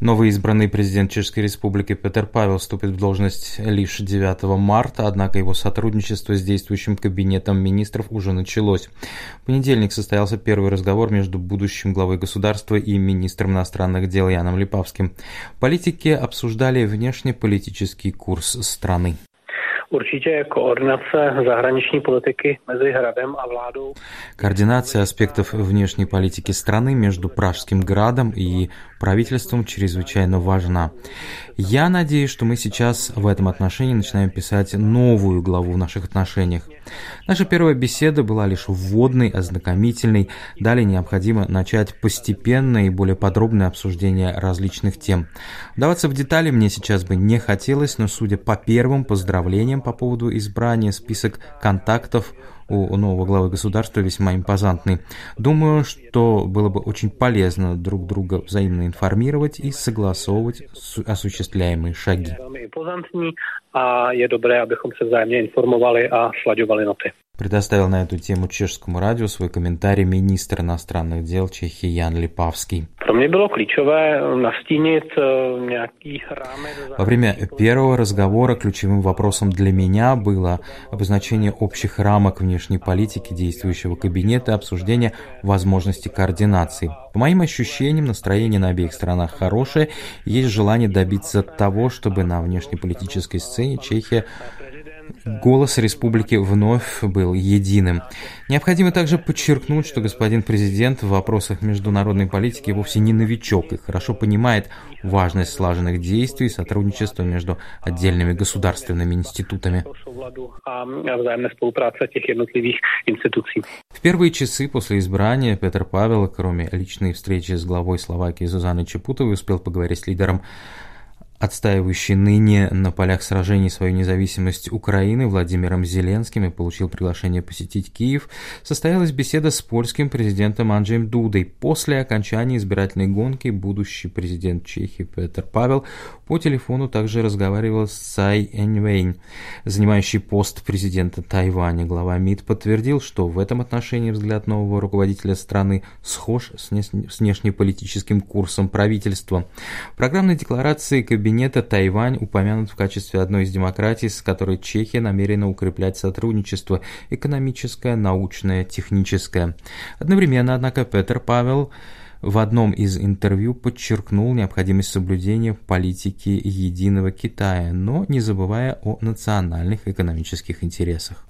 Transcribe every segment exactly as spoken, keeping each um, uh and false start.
Новый избранный президент Чешской Республики Петр Павел вступит в должность лишь девятого марта, однако его сотрудничество с действующим кабинетом министров уже началось. В понедельник состоялся первый разговор между будущим главой государства и министром иностранных дел Яном Липавским. Политики обсуждали внешнеполитический курс страны. Координация аспектов внешней политики страны между Пражским градом и правительством чрезвычайно важна. Я надеюсь, что мы сейчас в этом отношении начинаем писать новую главу в наших отношениях. Наша первая беседа была лишь вводной, ознакомительной. Далее необходимо начать постепенное и более подробное обсуждение различных тем. Вдаваться в детали мне сейчас бы не хотелось, но судя по первым поздравлениям по поводу избрания, список контактов у нового главы государства весьма импозантный. Думаю, что было бы очень полезно друг друга взаимно информировать и согласовывать осуществляемые шаги. Предоставил на эту тему чешскому радио свой комментарий министр иностранных дел Чехии Jan Lipavský. Во время первого разговора ключевым вопросом для меня было обозначение общих рамок внешней политики действующего кабинета и обсуждение возможности координации. По моим ощущениям, настроение на обеих сторонах хорошее, и есть желание добиться того, чтобы на внешнеполитической сцене Чехия голос республики вновь был единым. Необходимо также подчеркнуть, что господин президент в вопросах международной политики вовсе не новичок и хорошо понимает важность слаженных действий и сотрудничества между отдельными государственными институтами. В первые часы после избрания Петр Павел, кроме личной встречи с главой Словакии Зузаной Чапутовой, успел поговорить с лидером отстаивающий ныне на полях сражений свою независимость Украины Владимиром Зеленским и получил приглашение посетить Киев, состоялась беседа с польским президентом Анджеем Дудой. После окончания избирательной гонки будущий президент Чехии Петр Павел по телефону также разговаривал с Цай Инвейн, занимающий пост президента Тайваня. Глава МИД подтвердил, что в этом отношении взгляд нового руководителя страны схож с внешнеполитическим курсом правительства. В программной декларации кабинета Кабинета Тайвань упомянут в качестве одной из демократий, с которой Чехия намерена укреплять сотрудничество экономическое, научное, техническое. Одновременно, однако, Петр Павел в одном из интервью подчеркнул необходимость соблюдения политики единого Китая, но не забывая о национальных экономических интересах.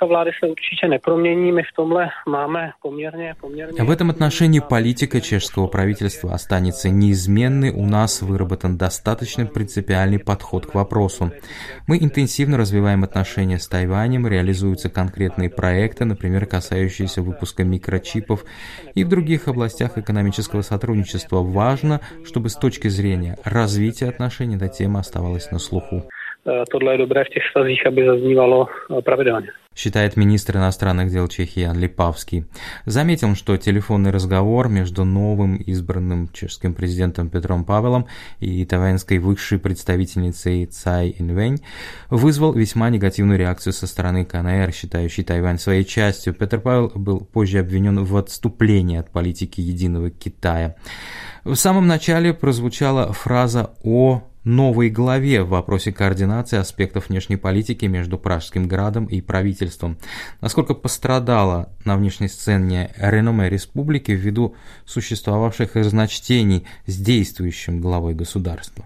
В этом отношении политика чешского правительства останется неизменной. У нас выработан достаточно принципиальный подход к вопросу. Мы интенсивно развиваем отношения с Тайванем, реализуются конкретные проекты, например, касающиеся выпуска микрочипов, и в других областях экономического сотрудничества. Важно, чтобы с точки зрения развития отношений эта тема оставалась на слуху. Tohle je dobré v těch vztazích, aby zaznívalo pravidelně. Считает министр иностранных дел Чехии Ян Липавский. Заметил, что телефонный разговор между новым избранным чешским президентом Петром Павелом и тайваньской высшей представительницей Цай Инвейн вызвал весьма негативную реакцию со стороны КНР, считающей Тайвань своей частью. Петр Павел был позже обвинен в отступлении от политики единого Китая. В самом начале прозвучала фраза о новой главе в вопросе координации аспектов внешней политики между Пражским градом и правительством. Насколько пострадало на внешней сцене реноме республики ввиду существовавших разночтений с действующим главой государства?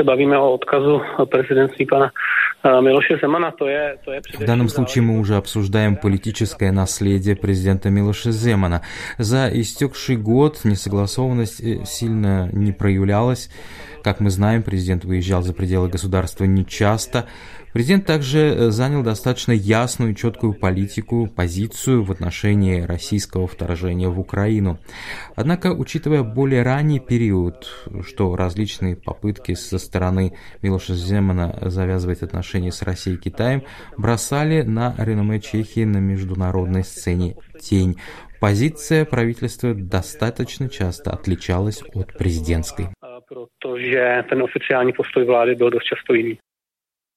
В данном случае мы уже обсуждаем политическое наследие президента Милоша Земана. За истекший год несогласованность сильно не проявлялась. Как мы знаем, президент выезжал за пределы государства нечасто. Президент также занял достаточно ясную и четкую политику, позицию в отношении российского вторжения в Украину. Однако, учитывая более ранний период, что различные попытки со стороны Милоша Земана завязывать отношения с Россией и Китаем бросали на реноме Чехии на международной сцене тень. Позиция правительства достаточно часто отличалась от президентской. Protože ten oficiální postoj vlády byl dost často jiný.